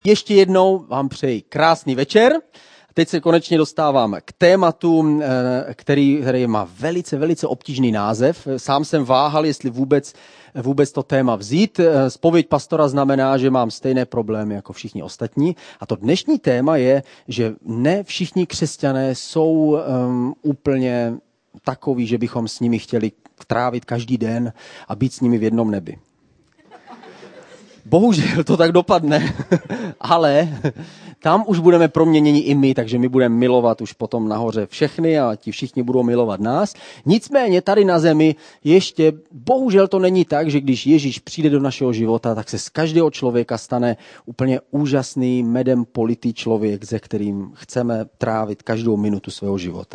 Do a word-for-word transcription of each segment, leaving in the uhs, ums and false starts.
Ještě jednou vám přeji krásný večer. Teď se konečně dostávám k tématu, který, který má velice, velice obtížný název. Sám jsem váhal, jestli vůbec, vůbec to téma vzít. Zpověď pastora znamená, že mám stejné problémy jako všichni ostatní. A to dnešní téma je, že ne všichni křesťané jsou um, úplně takoví, že bychom s nimi chtěli trávit každý den a být s nimi v jednom nebi. Bohužel to tak dopadne, ale tam už budeme proměněni i my, takže my budeme milovat už potom nahoře všechny a ti všichni budou milovat nás. Nicméně tady na zemi ještě, bohužel to není tak, že když Ježíš přijde do našeho života, tak se z každého člověka stane úplně úžasný, medem politý člověk, se kterým chceme trávit každou minutu svého života.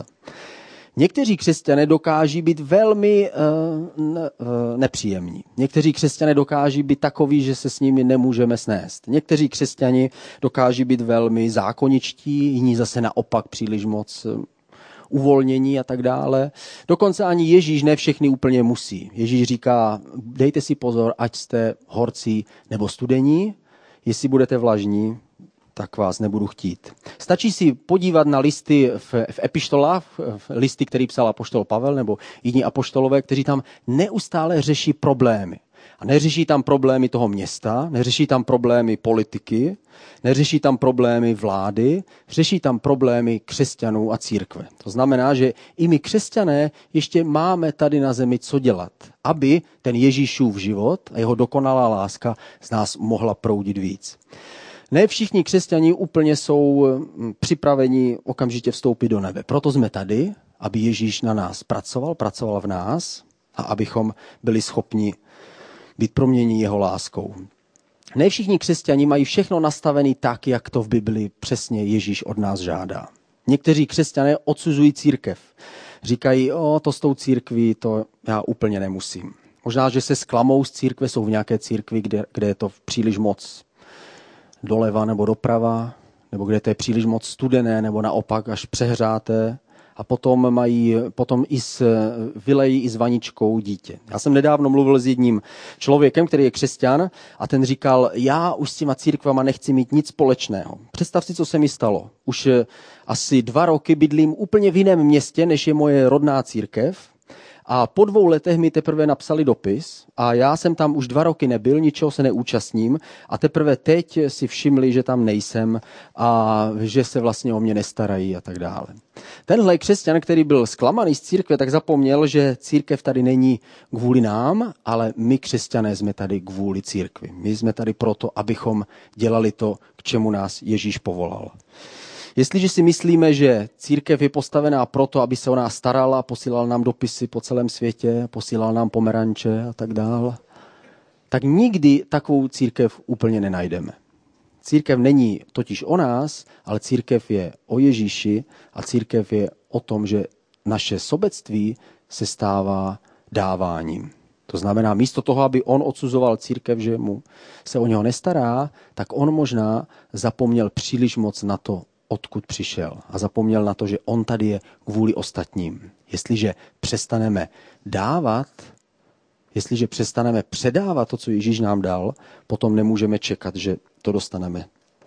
Někteří křesťané dokáží být velmi uh, ne, uh, nepříjemní. Někteří křesťané dokáží být takoví, že se s nimi nemůžeme snést. Někteří křesťani dokáží být velmi zákoničtí, jiní zase naopak příliš moc uh, uvolnění a tak dále. Dokonce ani Ježíš ne všechny úplně musí. Ježíš říká, dejte si pozor, ať jste horcí nebo studení, jestli budete vlažní, tak vás nebudu chtít. Stačí si podívat na listy v, v epištolách, v listy, který psal apoštol Pavel nebo jiní apoštolové, kteří tam neustále řeší problémy. A neřeší tam problémy toho města, neřeší tam problémy politiky, neřeší tam problémy vlády, řeší tam problémy křesťanů a církve. To znamená, že i my křesťané ještě máme tady na zemi co dělat, aby ten Ježíšův život a jeho dokonalá láska z nás mohla proudit víc. Ne všichni křesťani úplně jsou připraveni okamžitě vstoupit do nebe. Proto jsme tady, aby Ježíš na nás pracoval, pracoval v nás a abychom byli schopni být proměněni jeho láskou. Ne všichni křesťani mají všechno nastavené tak, jak to v Bibli přesně Ježíš od nás žádá. Někteří křesťané odsuzují církev. Říkají, o, to s tou církví, to já úplně nemusím. Možná, že se zklamou z církve, jsou v nějaké církvi, kde, kde je to příliš moc doleva nebo doprava, nebo kde to je příliš moc studené, nebo naopak až přehřáté a potom mají, potom i s, vylejí i s vaničkou dítě. Já jsem nedávno mluvil s jedním člověkem, který je křesťan a ten říkal, já už s těma církvama nechci mít nic společného. Představ si, co se mi stalo. Už asi dva roky bydlím úplně v jiném městě, než je moje rodná církev. A po dvou letech mi teprve napsali dopis a já jsem tam už dva roky nebyl, ničeho se neúčastním a teprve teď si všimli, že tam nejsem a že se vlastně o mě nestarají a tak dále. Tenhle křesťan, který byl zklamaný z církve, tak zapomněl, že církev tady není kvůli nám, ale my křesťané jsme tady kvůli církvi. My jsme tady proto, abychom dělali to, k čemu nás Ježíš povolal. Jestliže si myslíme, že církev je postavená proto, aby se o nás starala, posílal nám dopisy po celém světě, posílal nám pomeranče a tak dále, tak nikdy takovou církev úplně nenajdeme. Církev není totiž o nás, ale církev je o Ježíši a církev je o tom, že naše sobectví se stává dáváním. To znamená, místo toho, aby on odsuzoval církev, že mu se o něho nestará, tak on možná zapomněl příliš moc na to, odkud přišel a zapomněl na to, že on tady je kvůli ostatním. Jestliže přestaneme dávat, jestliže přestaneme předávat to, co Ježíš nám dal, potom nemůžeme čekat, že to dostaneme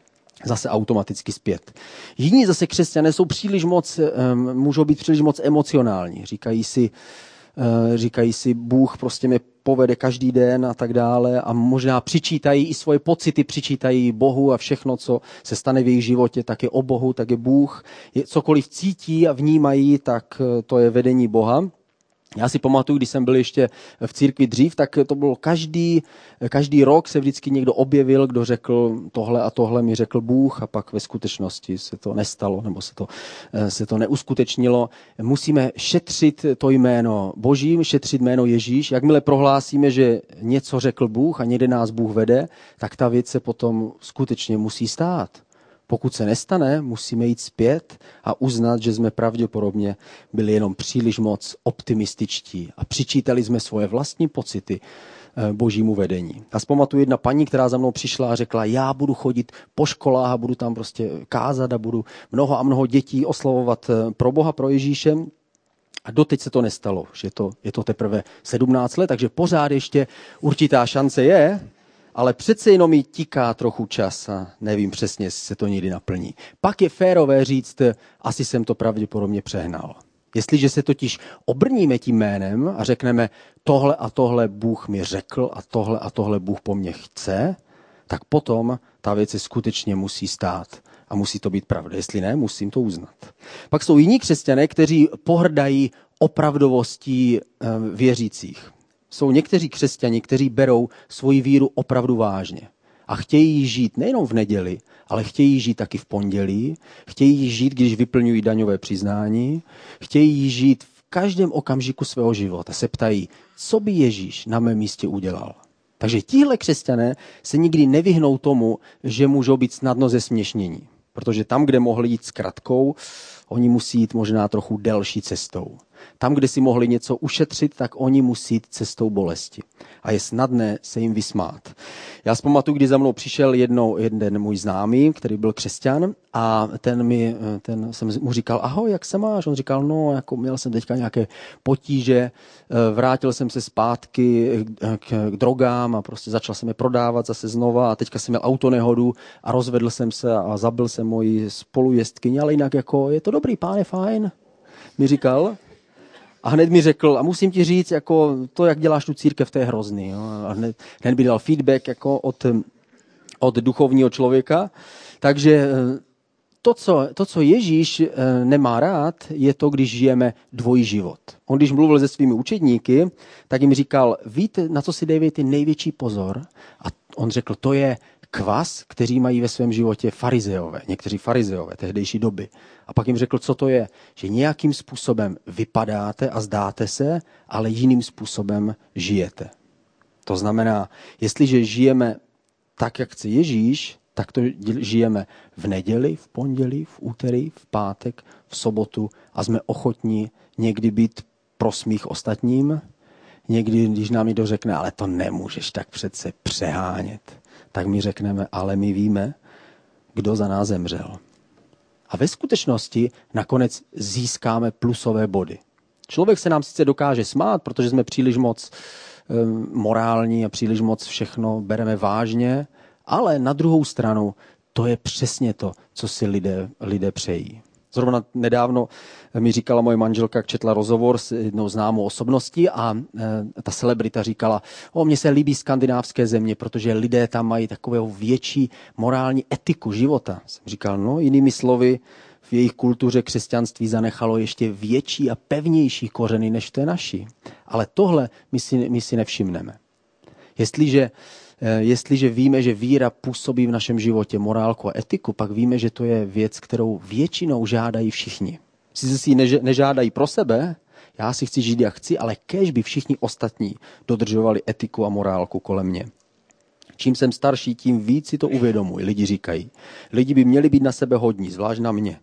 zase automaticky zpět. Jiní zase křesťané jsou příliš moc, můžou být příliš moc emocionální. Říkají si, říkají si, Bůh prostě mě povede každý den a tak dále a možná přičítají i svoje pocity, přičítají Bohu a všechno, co se stane v jejich životě, tak je o Bohu, tak je Bůh. Je, cokoliv cítí a vnímají, tak to je vedení Boha. Já si pamatuju, když jsem byl ještě v církvi dřív, tak to bylo každý, každý rok se vždycky někdo objevil, kdo řekl tohle a tohle mi řekl Bůh a pak ve skutečnosti se to nestalo nebo se to, se to neuskutečnilo. Musíme šetřit to jméno Boží, šetřit jméno Ježíš. Jakmile prohlásíme, že něco řekl Bůh a někde nás Bůh vede, tak ta věc se potom skutečně musí stát. Pokud se nestane, musíme jít zpět a uznat, že jsme pravděpodobně byli jenom příliš moc optimističtí a přičítali jsme svoje vlastní pocity Božímu vedení. Já si pamatuju jedna paní, která za mnou přišla a řekla, já budu chodit po školách a budu tam prostě kázat a budu mnoho a mnoho dětí oslavovat pro Boha, pro Ježíše. A doteď se to nestalo, že to, je to teprve sedmnáct let, takže pořád ještě určitá šance je, ale přece jenom mi tiká trochu čas a nevím přesně, jestli se to někdy naplní. Pak je férové říct, asi jsem to pravděpodobně přehnal. Jestliže se totiž obrníme tím jménem a řekneme, tohle a tohle Bůh mi řekl a tohle a tohle Bůh po mně chce, tak potom ta věc se skutečně musí stát a musí to být pravda. Jestli ne, musím to uznat. Pak jsou jiní křesťané, kteří pohrdají opravdovostí věřících. Jsou někteří křesťani, kteří berou svoji víru opravdu vážně a chtějí ji žít nejenom v neděli, ale chtějí ji žít taky v pondělí, chtějí ji žít, když vyplňují daňové přiznání, chtějí ji žít v každém okamžiku svého života. Se ptají, co by Ježíš na mém místě udělal. Takže tihle křesťané se nikdy nevyhnou tomu, že můžou být snadno zesměšnění. Protože tam, kde mohli jít s kratkou, oni musí jít možná trochu delší cestou. Tam, kde si mohli něco ušetřit, tak oni musí jít cestou bolesti. A je snadné se jim vysmát. Já si pamatuju, kdy za mnou přišel jednou, jeden můj známý, který byl křesťan, a ten, mi, ten jsem mu říkal, ahoj, jak se máš? On říkal, no, jako měl jsem teďka nějaké potíže, vrátil jsem se zpátky k, k drogám a prostě začal jsem je prodávat zase znova a teďka jsem měl autonehodu a rozvedl jsem se a zabil jsem moji spolujezdkyni, ale jinak jako je to dobrý, pán je fajn, mi říkal. A hned mi řekl, a musím ti říct, jako to, jak děláš tu církev, to je hrozný. Jo? A hned, hned mi dal feedback jako od, od duchovního člověka. Takže to co, to, co Ježíš nemá rád, je to, když žijeme dvojí život. On, když mluvil se svými učedníky, tak jim říkal, víte, na co si dejte největší pozor? A on řekl, to je kvas, kteří mají ve svém životě farizeové, někteří farizeové tehdejší doby. A pak jim řekl, co to je, že nějakým způsobem vypadáte a zdáte se, ale jiným způsobem žijete. To znamená, jestliže žijeme tak, jak chce Ježíš, tak to žijeme v neděli, v pondělí, v úterý, v pátek, v sobotu a jsme ochotní někdy být pro smích ostatním, někdy, když nám někdo řekne, ale to nemůžeš tak přece přehánět, tak my řekneme, ale my víme, kdo za nás zemřel. A ve skutečnosti nakonec získáme plusové body. Člověk se nám sice dokáže smát, protože jsme příliš moc um, morální a příliš moc všechno bereme vážně, ale na druhou stranu to je přesně to, co si lidé, lidé přejí. Zrovna nedávno mi říkala moje manželka, jak četla rozhovor s jednou známou osobností a e, ta celebrita říkala, o, mně se líbí skandinávské země, protože lidé tam mají takovou větší morální etiku života. Jsem říkal, no jinými slovy, v jejich kultuře křesťanství zanechalo ještě větší a pevnější kořeny, než to je naší. Ale tohle my si, my si nevšimneme. Jestliže Jestliže víme, že víra působí v našem životě morálku a etiku, pak víme, že to je věc, kterou většinou žádají všichni. Sice si ji nežádají pro sebe, já si chci žít, jak chci, ale kéž by všichni ostatní dodržovali etiku a morálku kolem mě. Čím jsem starší, tím víc si to uvědomuji, lidi říkají. Lidi by měli být na sebe hodní, zvlášť na mě.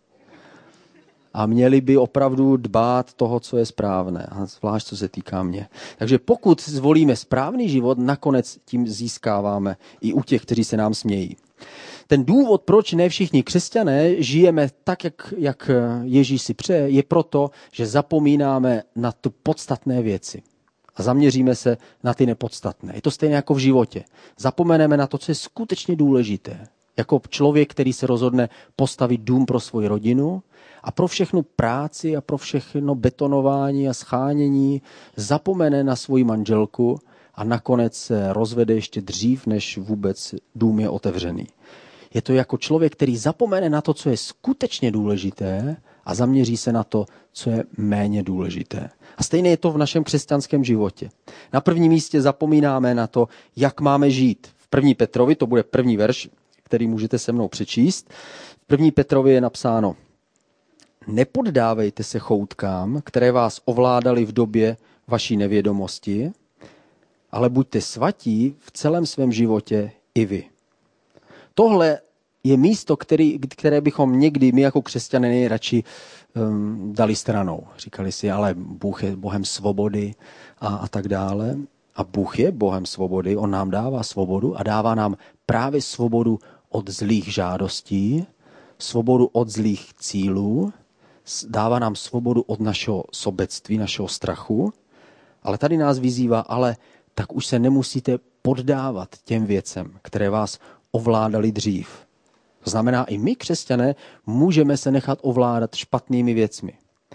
A měli by opravdu dbát toho, co je správné, a zvlášť co se týká mě. Takže pokud zvolíme správný život, nakonec tím získáváme i u těch, kteří se nám smějí. Ten důvod, proč ne všichni křesťané žijeme tak, jak, jak Ježíš si přeje, je proto, že zapomínáme na tu podstatné věci. A zaměříme se na ty nepodstatné. Je to stejné jako v životě. Zapomeneme na to, co je skutečně důležité. Jako člověk, který se rozhodne postavit dům pro svoji rodinu a pro všechnu práci a pro všechno betonování a schánění zapomene na svoji manželku a nakonec se rozvede ještě dřív, než vůbec dům je otevřený. Je to jako člověk, který zapomene na to, co je skutečně důležité a zaměří se na to, co je méně důležité. A stejně je to v našem křesťanském životě. Na prvním místě zapomínáme na to, jak máme žít. V první Petrovi, to bude první verš, který můžete se mnou přečíst. V první Petrovi je napsáno: Nepoddávejte se choutkám, které vás ovládaly v době vaší nevědomosti, ale buďte svatí v celém svém životě i vy. Tohle je místo, který, které bychom někdy my jako křesťané nejradši um, dali stranou. Říkali si, ale Bůh je Bohem svobody a, a tak dále. A Bůh je Bohem svobody, on nám dává svobodu a dává nám právě svobodu od zlých žádostí, svobodu od zlých cílů, dává nám svobodu od našeho sobectví, našeho strachu, ale tady nás vyzývá, ale tak už se nemusíte poddávat těm věcem, které vás ovládaly dřív. To znamená, i my, křesťané, můžeme se nechat ovládat špatnými věcmi.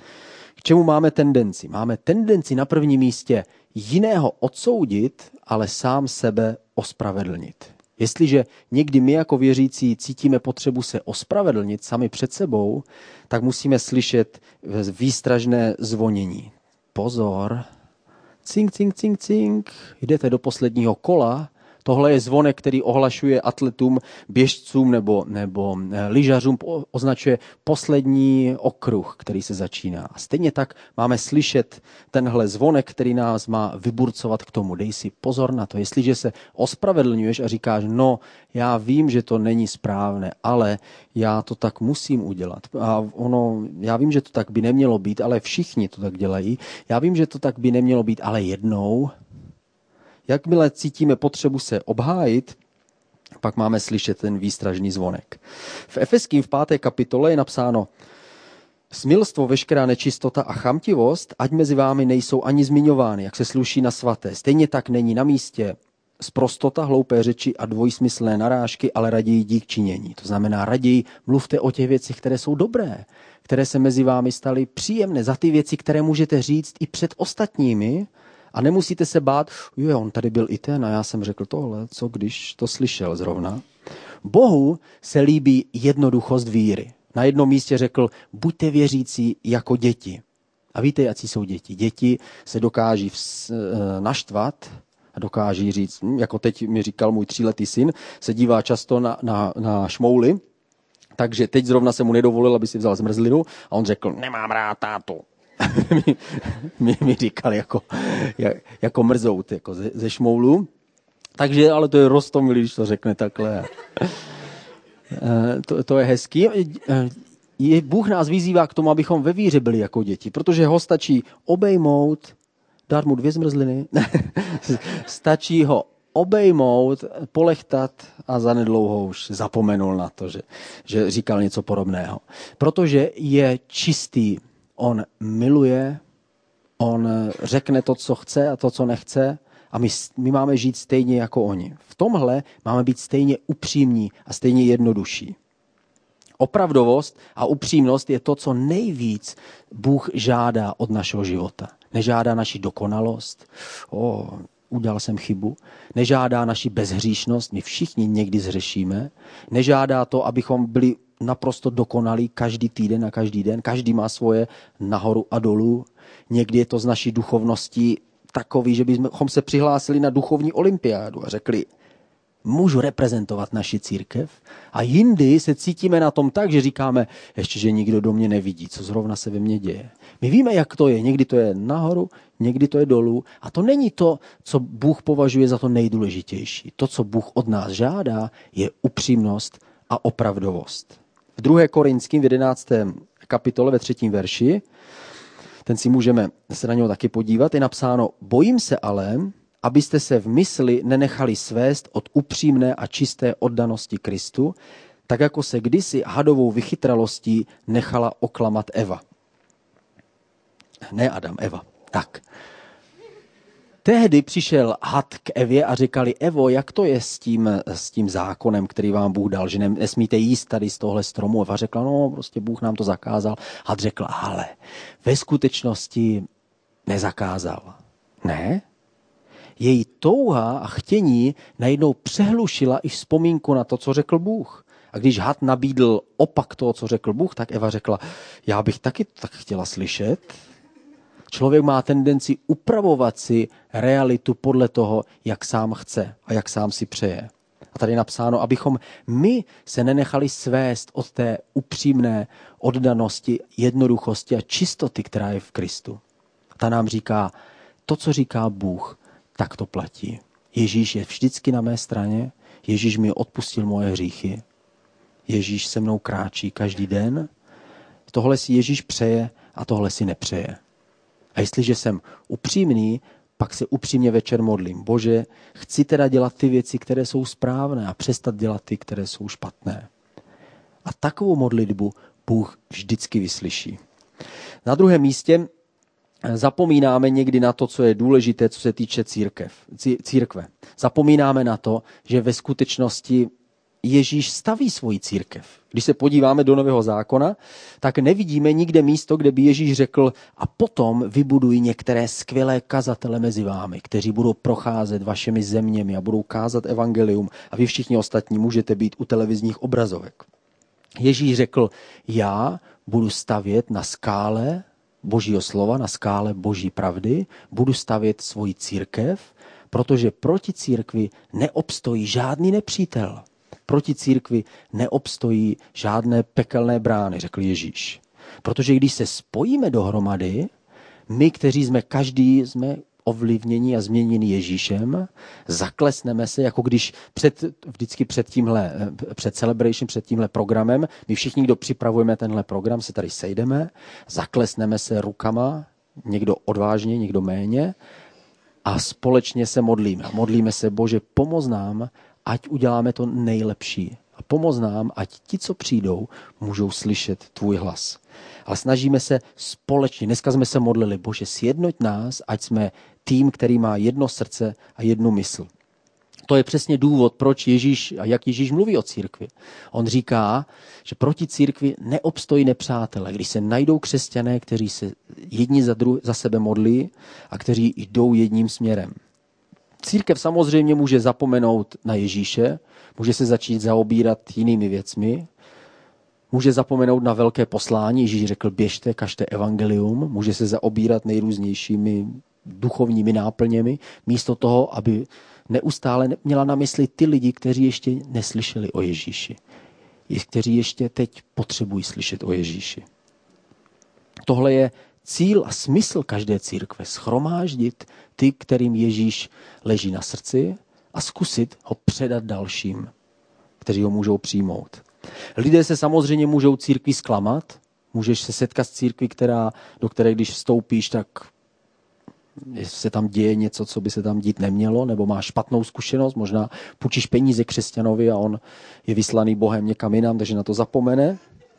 K čemu máme tendenci? Máme tendenci na prvním místě jiného odsoudit, ale sám sebe ospravedlnit. Jestliže někdy my jako věřící cítíme potřebu se ospravedlnit sami před sebou, tak musíme slyšet výstražné zvonění. Pozor, cink, cink, cink, cink, jdete do posledního kola. Tohle je zvonek, který ohlašuje atletům, běžcům nebo, nebo lyžařům, označuje poslední okruh, který se začíná. A stejně tak máme slyšet tenhle zvonek, který nás má vyburcovat k tomu. Dej si pozor na to, jestliže se ospravedlňuješ a říkáš, no, já vím, že to není správné, ale já to tak musím udělat. A ono, já vím, že to tak by nemělo být, ale všichni to tak dělají. Já vím, že to tak by nemělo být, ale jednou... Jakmile cítíme potřebu se obhájit, pak máme slyšet ten výstražný zvonek. V Efeským v páté kapitole je napsáno: Smilstvo, veškerá nečistota a chamtivost, ať mezi vámi nejsou ani zmiňovány, jak se sluší na svaté. Stejně tak není na místě sprostota, hloupé řeči a dvojsmyslné narážky, ale raději dík činění. To znamená, raději mluvte o těch věcech, které jsou dobré, které se mezi vámi staly příjemné, za ty věci, které můžete říct i před ostatními. A nemusíte se bát, jo, on tady byl i ten a já jsem řekl tohle, co když to slyšel zrovna. Bohu se líbí jednoduchost víry. Na jednom místě řekl, buďte věřící jako děti. A víte, jací jsou děti? Děti se dokáží naštvat a dokáží říct, jako teď mi říkal můj tříletý syn, se dívá často na, na, na šmouly, takže teď zrovna se mu nedovolil, aby si vzal zmrzlinu a on řekl, nemám rád tátu. mi, mi, mi říkal jako, jako mrzout jako ze, ze šmoulu. Takže, ale to je roztomilý, když to řekne takhle. To, to je hezký. Je, Bůh nás vyzývá k tomu, abychom ve víře byli jako děti, protože ho stačí obejmout, dát mu dvě zmrzliny, stačí ho obejmout, polechtat a zanedlouho už zapomenul na to, že, že říkal něco podobného. Protože je čistý. On miluje, on řekne to, co chce a to, co nechce a my, my máme žít stejně jako oni. V tomhle máme být stejně upřímní a stejně jednodušší. Opravdovost a upřímnost je to, co nejvíc Bůh žádá od našeho života. Nežádá naši dokonalost, o, udělal jsem chybu, nežádá naši bezhříšnost, my všichni někdy zhřešíme, nežádá to, abychom byli naprosto dokonalý každý týden a každý den. Každý má svoje nahoru a dolů. Někdy je to z naší duchovnosti takový, že bychom se přihlásili na duchovní olympiádu a řekli, můžu reprezentovat naši církev. A jindy se cítíme na tom tak, že říkáme, ještě, že nikdo do mě nevidí, co zrovna se ve mně děje. My víme, jak to je. Někdy to je nahoru, někdy to je dolů. A to není to, co Bůh považuje za to nejdůležitější. To, co Bůh od nás žádá, je upřímnost a opravdovost. V druhé Korinským v jedenácté kapitole ve třetím verši, ten si můžeme se na něho taky podívat, je napsáno, bojím se ale, abyste se v mysli nenechali svést od upřímné a čisté oddanosti Kristu, tak jako se kdysi hadovou vychytralostí nechala oklamat Eva. Ne Adam, Eva. Tak. Tehdy přišel had k Evě a říkali, Evo, jak to je s tím, s tím zákonem, který vám Bůh dal, že nesmíte jíst tady z tohle stromu. Eva řekla, no prostě Bůh nám to zakázal. Had řekl, ale ve skutečnosti nezakázal. Ne? Její touha a chtění najednou přehlušila i vzpomínku na to, co řekl Bůh. A když had nabídl opak toho, co řekl Bůh, tak Eva řekla, já bych taky tak chtěla slyšet. Člověk má tendenci upravovat si realitu podle toho, jak sám chce a jak sám si přeje. A tady je napsáno, abychom my se nenechali svést od té upřímné oddanosti, jednoduchosti a čistoty, která je v Kristu. Ta nám říká, to, co říká Bůh, tak to platí. Ježíš je vždycky na mé straně, Ježíš mi odpustil moje hříchy, Ježíš se mnou kráčí každý den, tohle si Ježíš přeje a tohle si nepřeje. A jestliže jsem upřímný, pak se upřímně večer modlím. Bože, chci teda dělat ty věci, které jsou správné a přestat dělat ty, které jsou špatné. A takovou modlitbu Bůh vždycky vyslyší. Na druhém místě zapomínáme někdy na to, co je důležité, co se týče církev, církve. Zapomínáme na to, že ve skutečnosti Ježíš staví svoji církev. Když se podíváme do Nového zákona, tak nevidíme nikde místo, kde by Ježíš řekl a potom vybudují některé skvělé kazatele mezi vámi, kteří budou procházet vašimi zeměmi a budou kázat evangelium a vy všichni ostatní můžete být u televizních obrazovek. Ježíš řekl, já budu stavět na skále Božího slova, na skále Boží pravdy, budu stavět svoji církev, protože proti církvi neobstojí žádný nepřítel. Proti církvi neobstojí žádné pekelné brány, řekl Ježíš. Protože když se spojíme dohromady, my, kteří jsme každý, jsme ovlivnění a změnění Ježíšem, zaklesneme se, jako když před, vždycky před tímhle, před celebration, před tímhle programem, my všichni, kdo připravujeme tenhle program, se tady sejdeme, zaklesneme se rukama, někdo odvážně, někdo méně a společně se modlíme. Modlíme se, Bože, pomoz nám, ať uděláme to nejlepší. A pomoz nám, ať ti, co přijdou, můžou slyšet tvůj hlas. Ale snažíme se společně. Dneska jsme se modlili, Bože, sjednoť nás, ať jsme tým, který má jedno srdce a jednu mysl. To je přesně důvod, proč Ježíš a jak Ježíš mluví o církvi. On říká, že proti církvi neobstojí nepřátelé. Když se najdou křesťané, kteří se jedni za, dru- za sebe modlí a kteří jdou jedním směrem. Církev samozřejmě může zapomenout na Ježíše, může se začít zaobírat jinými věcmi, může zapomenout na velké poslání. Ježíš řekl, běžte, kažte evangelium, může se zaobírat nejrůznějšími duchovními náplněmi, místo toho, aby neustále měla na mysli ty lidi, kteří ještě neslyšeli o Ježíši, kteří ještě teď potřebují slyšet o Ježíši. Tohle je cíl a smysl každé církve, shromáždit ty, kterým Ježíš leží na srdci a zkusit ho předat dalším, kteří ho můžou přijmout. Lidé se samozřejmě můžou církvi zklamat, můžeš se setkat s církví, která, do které když vstoupíš, tak se tam děje něco, co by se tam dít nemělo, nebo máš špatnou zkušenost, možná půjčíš peníze křesťanovi a on je vyslaný Bohem někam jinam, takže na to zapomene.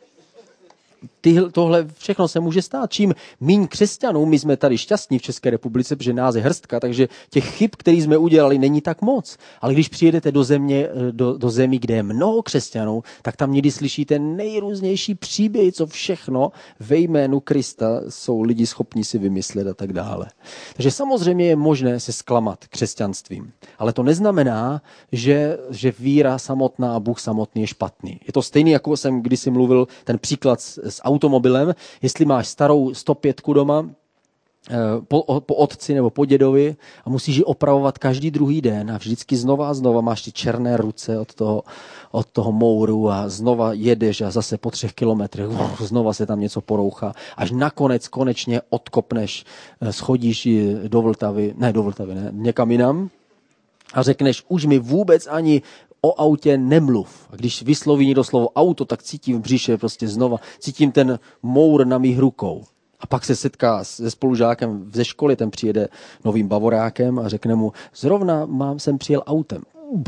Tyhle, tohle všechno se může stát. Čím míň křesťanů, my jsme tady šťastní v České republice, protože nás je hrstka, takže těch chyb, které jsme udělali, není tak moc. Ale když přijedete do země, do, do zemí, kde je mnoho křesťanů, tak tam někdy slyšíte nejrůznější příběhy, co všechno ve jménu Krista jsou lidi schopni si vymyslet a tak dále. Takže samozřejmě je možné se zklamat křesťanstvím. Ale to neznamená, že, že víra samotná a Bůh samotný je špatný. Je to stejný, jako jsem kdysi mluvil ten příklad s automobilem, jestli máš starou sto pět doma po, po otci nebo po dědovi a musíš ji opravovat každý druhý den a vždycky znova a znova máš ty černé ruce od toho, od toho mouru a znova jedeš a zase po třech kilometrech znova se tam něco porouchá, až nakonec konečně odkopneš, schodíš do Vltavy, ne do Vltavy, ne, někam jinam a řekneš, už mi vůbec ani o autě nemluv. A když vysloví někdo slovo auto, tak cítím v břiše prostě znova, cítím ten mour na mých rukou. A pak se setká se spolužákem ze školy, ten přijede novým bavorákem a řekne mu, zrovna mám, jsem přijel autem.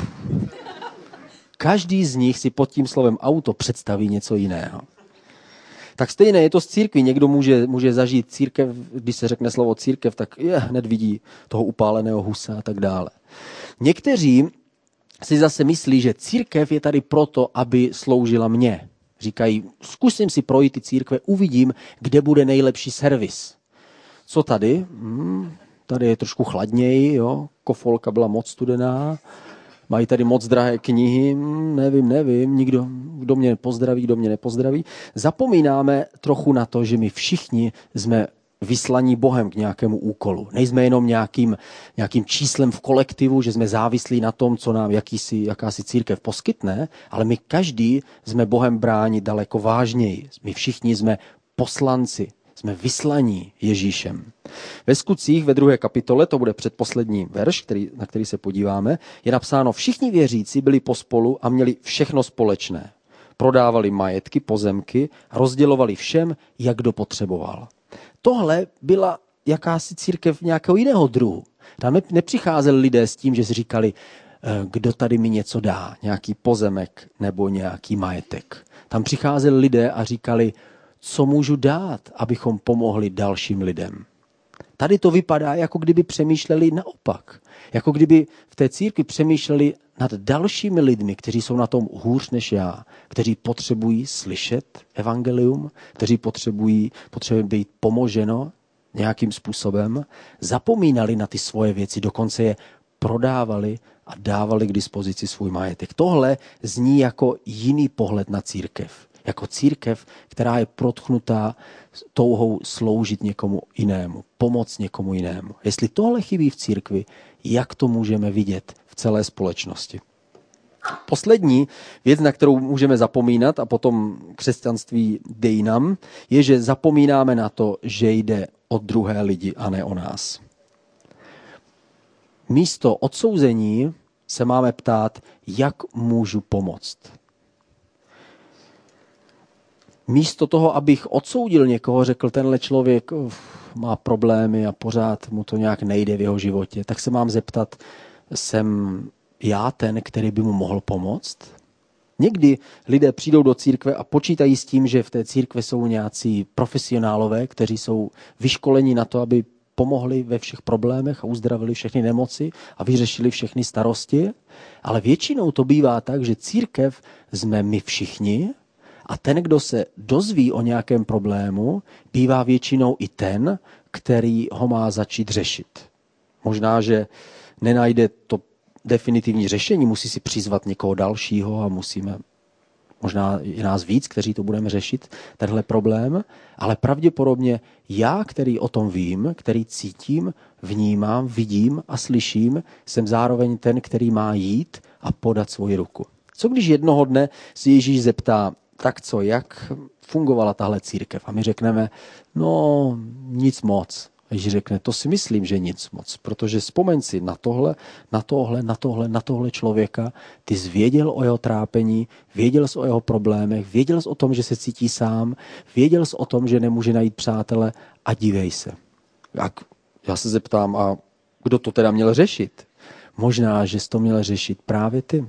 Každý z nich si pod tím slovem auto představí něco jiného. Tak stejné je to s církví. Někdo může, může zažít církev, když se řekne slovo církev, tak je, hned vidí toho upáleného husa a tak dále. Někteří si zase myslí, že církev je tady proto, aby sloužila mně. Říkají, zkusím si projít ty církve, uvidím, kde bude nejlepší servis. Co tady? Hmm, tady je trošku chladněji, jo? Kofolka byla moc studená, mají tady moc drahé knihy, hmm, nevím, nevím, nikdo, kdo mě pozdraví, kdo mě nepozdraví. Zapomínáme trochu na to, že my všichni jsme vyslaní Bohem k nějakému úkolu. Nejsme jenom nějakým, nějakým číslem v kolektivu, že jsme závislí na tom, co nám jakýsi, jakási církev poskytne, ale my každý jsme Bohem bráni daleko vážněji. My všichni jsme poslanci, jsme vyslaní Ježíšem. Ve Skutcích ve druhé kapitole, to bude předposlední verš, který, na který se podíváme, je napsáno, všichni věřící byli pospolu a měli všechno společné. Prodávali majetky, pozemky, rozdělovali všem, jak kdo potřeboval. Tohle byla jakási církev nějakého jiného druhu. Tam nepřicházeli lidé s tím, že si říkali, kdo tady mi něco dá, nějaký pozemek nebo nějaký majetek. Tam přicházeli lidé a říkali, co můžu dát, abychom pomohli dalším lidem. Tady to vypadá, jako kdyby přemýšleli naopak. Jako kdyby v té církvi přemýšleli nad dalšími lidmi, kteří jsou na tom hůř než já, kteří potřebují slyšet evangelium, kteří potřebují, potřebují být pomoženo nějakým způsobem, zapomínali na ty svoje věci, dokonce je prodávali a dávali k dispozici svůj majetek. Tohle zní jako jiný pohled na církev. Jako církev, která je protchnutá touhou sloužit někomu jinému, pomoct někomu jinému. Jestli tohle chybí v církvi, jak to můžeme vidět v celé společnosti? Poslední věc, na kterou můžeme zapomínat, a potom křesťanství dejinam, je, že zapomínáme na to, že jde o druhé lidi a ne o nás. Místo odsouzení se máme ptát, jak můžu pomoct. Místo toho, abych odsoudil někoho, řekl, tenhle člověk uf, má problémy a pořád mu to nějak nejde v jeho životě, tak se mám zeptat, jsem já ten, který by mu mohl pomoct? Někdy lidé přijdou do církve a počítají s tím, že v té církvi jsou nějací profesionálové, kteří jsou vyškoleni na to, aby pomohli ve všech problémech a uzdravili všechny nemoci a vyřešili všechny starosti. Ale většinou to bývá tak, že církev jsme my všichni a ten, kdo se dozví o nějakém problému, bývá většinou i ten, který ho má začít řešit. Možná, že nenajde to definitivní řešení, musí si přizvat někoho dalšího a musíme, možná je nás víc, kteří to budeme řešit, tenhle problém, ale pravděpodobně já, který o tom vím, který cítím, vnímám, vidím a slyším, jsem zároveň ten, který má jít a podat svoji ruku. Co když jednoho dne si Ježíš zeptá, tak co, jak fungovala tahle církev? A my řekneme, no nic moc. A Ježíš řekne, to si myslím, že nic moc, protože vzpomeň si na tohle, na tohle, na tohle, na tohle člověka, ty jsi věděl o jeho trápení, věděl jsi o jeho problémech, věděl jsi o tom, že se cítí sám, věděl jsi o tom, že nemůže najít přátele a dívej se. A já se zeptám, a kdo to teda měl řešit? Možná, že jsi to měl řešit právě ty.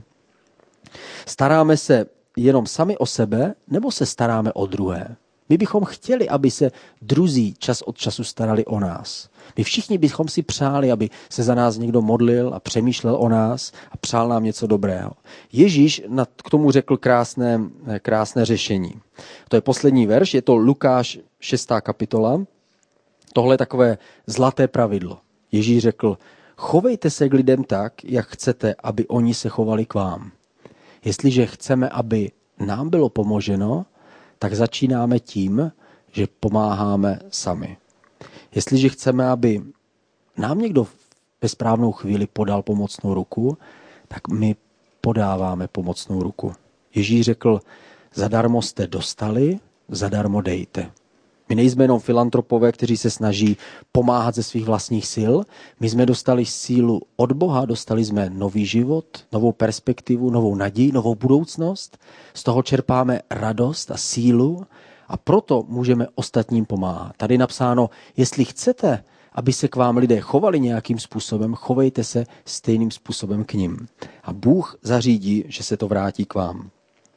Staráme se jenom sami o sebe, nebo se staráme o druhé? My bychom chtěli, aby se druzí čas od času starali o nás. My všichni bychom si přáli, aby se za nás někdo modlil a přemýšlel o nás a přál nám něco dobrého. Ježíš k tomu řekl krásné, krásné řešení. To je poslední verš, je to Lukáš šestá kapitola. Tohle je takové zlaté pravidlo. Ježíš řekl, chovejte se k lidem tak, jak chcete, aby oni se chovali k vám. Jestliže chceme, aby nám bylo pomoženo, tak začínáme tím, že pomáháme sami. Jestliže chceme, aby nám někdo ve správnou chvíli podal pomocnou ruku, tak my podáváme pomocnou ruku. Ježíš řekl, zadarmo jste dostali, zadarmo dejte. My nejsme jenom filantropové, kteří se snaží pomáhat ze svých vlastních sil. My jsme dostali sílu od Boha, dostali jsme nový život, novou perspektivu, novou naději, novou budoucnost. Z toho čerpáme radost a sílu a proto můžeme ostatním pomáhat. Tady napsáno, jestli chcete, aby se k vám lidé chovali nějakým způsobem, chovejte se stejným způsobem k nim. A Bůh zařídí, že se to vrátí k vám.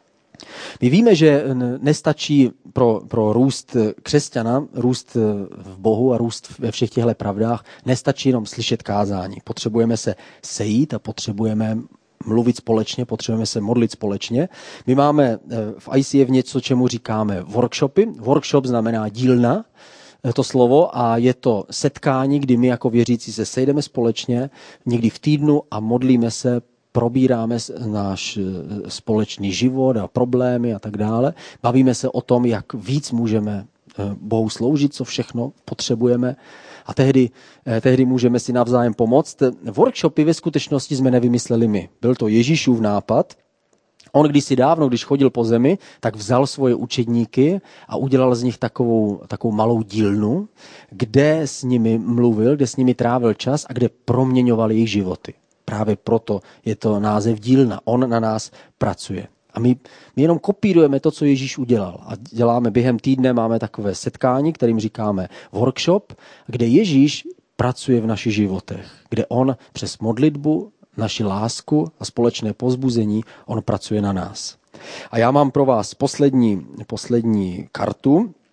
My víme, že nestačí pro, pro růst křesťana, růst v Bohu a růst ve všech těchto pravdách, nestačí jenom slyšet kázání. Potřebujeme se sejít a potřebujeme mluvit společně, potřebujeme se modlit společně. My máme v I C F něco, čemu říkáme workshopy. Workshop znamená dílna, to slovo, a je to setkání, kdy my jako věřící se sejdeme společně někdy v týdnu a modlíme se, probíráme náš společný život a problémy a tak dále. Bavíme se o tom, jak víc můžeme Bohu sloužit, co všechno potřebujeme a tehdy, tehdy můžeme si navzájem pomoct. Workshopy ve skutečnosti jsme nevymysleli my. Byl to Ježíšův nápad. On kdysi dávno, když chodil po zemi, tak vzal svoje učedníky a udělal z nich takovou, takovou malou dílnu, kde s nimi mluvil, kde s nimi trávil čas a kde proměňoval jejich životy. Právě proto je to název dílna. On na nás pracuje. A my, my jenom kopírujeme to, co Ježíš udělal. A děláme během týdne, máme takové setkání, kterým říkáme workshop, kde Ježíš pracuje v našich životech. Kde on přes modlitbu, naši lásku a společné povzbuzení, on pracuje na nás. A já mám pro vás poslední, poslední kartu.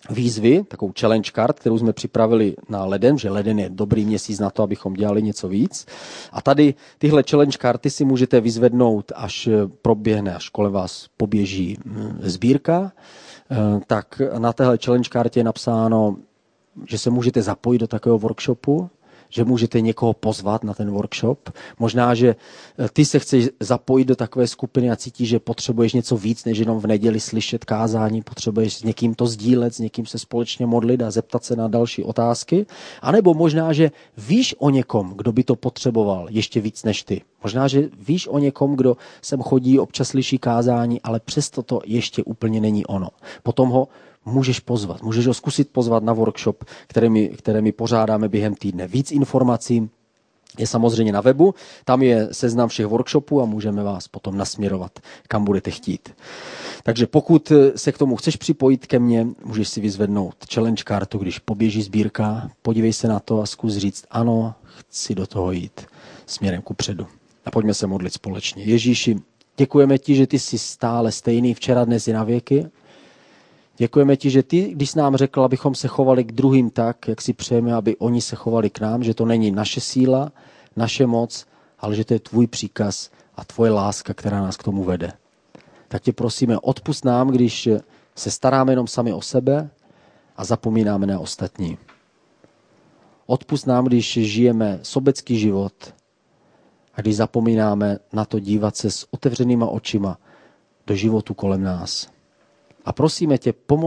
výzvy, takovou challenge card, kterou jsme připravili na leden, že leden je dobrý měsíc na to, abychom dělali něco víc. A tady tyhle challenge karty si můžete vyzvednout, až proběhne, až kolem vás poběží sbírka. Tak na téhle challenge kartě je napsáno, že se můžete zapojit do takového workshopu, že můžete někoho pozvat na ten workshop. Možná, že ty se chceš zapojit do takové skupiny a cítíš, že potřebuješ něco víc, než jenom v neděli slyšet kázání, potřebuješ s někým to sdílet, s někým se společně modlit a zeptat se na další otázky. A nebo možná, že víš o někom, kdo by to potřeboval ještě víc než ty. Možná, že víš o někom, kdo sem chodí, občas slyší kázání, ale přesto to ještě úplně není ono. Potom ho můžeš pozvat, můžeš ho zkusit pozvat na workshop, které my, které my pořádáme během týdne. Víc informací je samozřejmě na webu, tam je seznam všech workshopů a můžeme vás potom nasměrovat, kam budete chtít. Takže pokud se k tomu chceš připojit ke mně, můžeš si vyzvednout challenge kartu, když poběží sbírka, podívej se na to a zkus říct, ano, chci do toho jít směrem kupředu. A pojďme se modlit společně. Ježíši, děkujeme ti, že ty jsi stále stejný včera, dnes i na věky. Děkujeme ti, že ty, když jsi nám řekl, abychom se chovali k druhým tak, jak si přejeme, aby oni se chovali k nám, že to není naše síla, naše moc, ale že to je tvůj příkaz a tvoje láska, která nás k tomu vede. Tak tě prosíme, odpusť nám, když se staráme jenom sami o sebe a zapomínáme na ostatní. Odpusť nám, když žijeme sobecký život a když zapomínáme na to dívat se s otevřenýma očima do životu kolem nás. A prosíme tě, pomož